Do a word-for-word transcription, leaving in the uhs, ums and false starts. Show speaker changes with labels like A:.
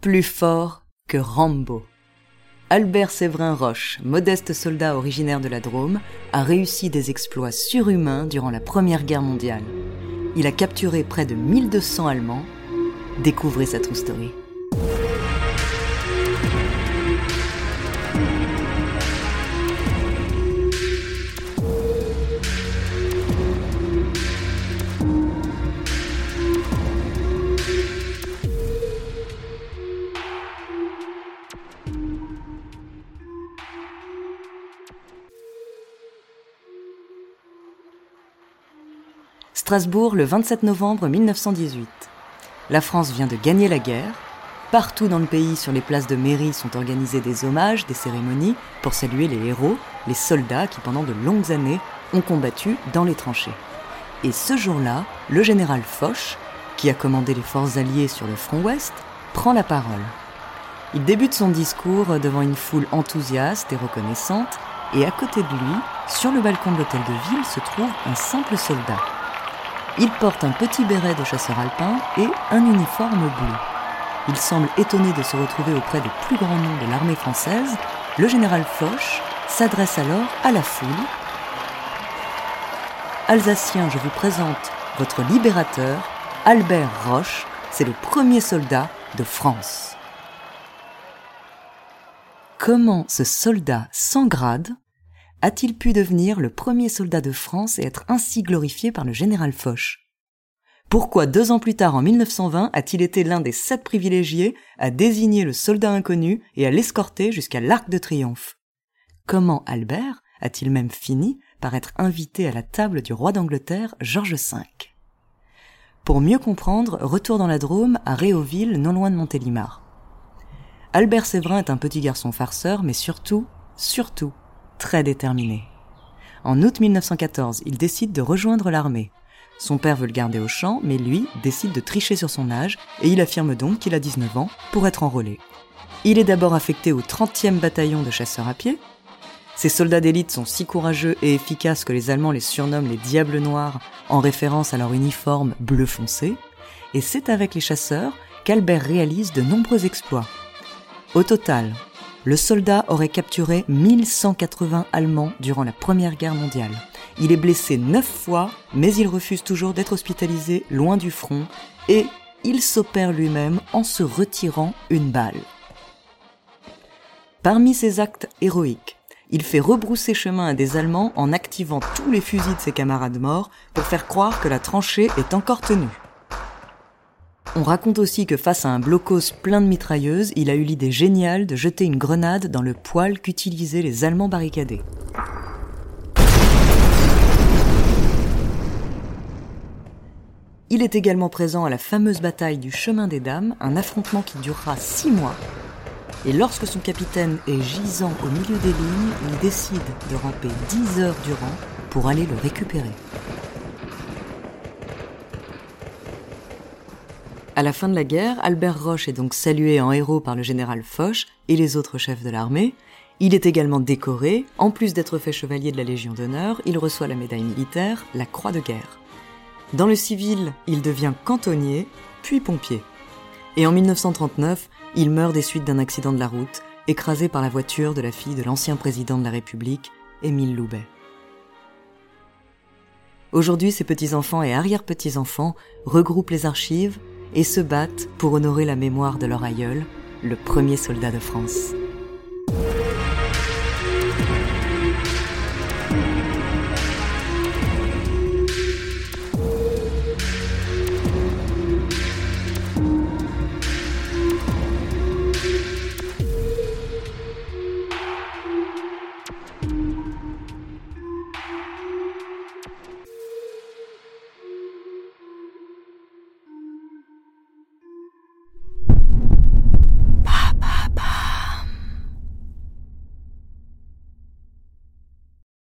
A: plus fort que Rambo. Albert Séverin Roche, modeste soldat originaire de la Drôme, a réussi des exploits surhumains durant la Première Guerre mondiale. Il a capturé près de mille deux cents Allemands. Découvrez sa true story. Strasbourg, le vingt-sept novembre mille neuf cent dix-huit. La France vient de gagner la guerre. Partout dans le pays, sur les places de mairie, sont organisés des hommages, des cérémonies pour saluer les héros, les soldats qui, pendant de longues années, ont combattu dans les tranchées. Et ce jour-là, le général Foch, qui a commandé les forces alliées sur le front ouest, prend la parole. Il débute son discours devant une foule enthousiaste et reconnaissante, et à côté de lui, sur le balcon de l'hôtel de ville, se trouve un simple soldat. Il porte un petit béret de chasseur alpin et un uniforme bleu. Il semble étonné de se retrouver auprès des plus grands noms de l'armée française. Le général Foch s'adresse alors à la foule. « Alsaciens, je vous présente votre libérateur, Albert Roche, c'est le premier soldat de France. » Comment ce soldat sans grade a-t-il pu devenir le premier soldat de France et être ainsi glorifié par le général Foch? Pourquoi, deux ans plus tard, en mille neuf cent vingt, a-t-il été l'un des sept privilégiés à désigner le soldat inconnu et à l'escorter jusqu'à l'Arc de Triomphe? Comment Albert a-t-il même fini par être invité à la table du roi d'Angleterre, George cinq? Pour mieux comprendre, retour dans la Drôme, à Réauville, non loin de Montélimar. Albert Séverin est un petit garçon farceur, mais surtout, surtout, très déterminé. En août mille neuf cent quatorze, il décide de rejoindre l'armée. Son père veut le garder au champ, mais lui décide de tricher sur son âge et il affirme donc qu'il a dix-neuf ans pour être enrôlé. Il est d'abord affecté au trentième bataillon de chasseurs à pied. Ces soldats d'élite sont si courageux et efficaces que les Allemands les surnomment les Diables Noirs en référence à leur uniforme bleu foncé. Et c'est avec les chasseurs qu'Albert réalise de nombreux exploits. Au total, le soldat aurait capturé mille cent quatre-vingts Allemands durant la Première Guerre mondiale. Il est blessé neuf fois, mais il refuse toujours d'être hospitalisé loin du front et il s'opère lui-même en se retirant une balle. Parmi ses actes héroïques, il fait rebrousser chemin à des Allemands en activant tous les fusils de ses camarades morts pour faire croire que la tranchée est encore tenue. On raconte aussi que face à un blocos plein de mitrailleuses, il a eu l'idée géniale de jeter une grenade dans le poêle qu'utilisaient les Allemands barricadés. Il est également présent à la fameuse bataille du Chemin des Dames, un affrontement qui durera six mois. Et lorsque son capitaine est gisant au milieu des lignes, il décide de ramper dix heures durant pour aller le récupérer. À la fin de la guerre, Albert Roche est donc salué en héros par le général Foch et les autres chefs de l'armée. Il est également décoré. En plus d'être fait chevalier de la Légion d'honneur, il reçoit la médaille militaire, la Croix de guerre. Dans le civil, il devient cantonnier, puis pompier. Et en mille neuf cent trente-neuf, il meurt des suites d'un accident de la route, écrasé par la voiture de la fille de l'ancien président de la République, Émile Loubet. Aujourd'hui, ses petits-enfants et arrière-petits-enfants regroupent les archives et se battent pour honorer la mémoire de leur aïeul, le premier soldat de France.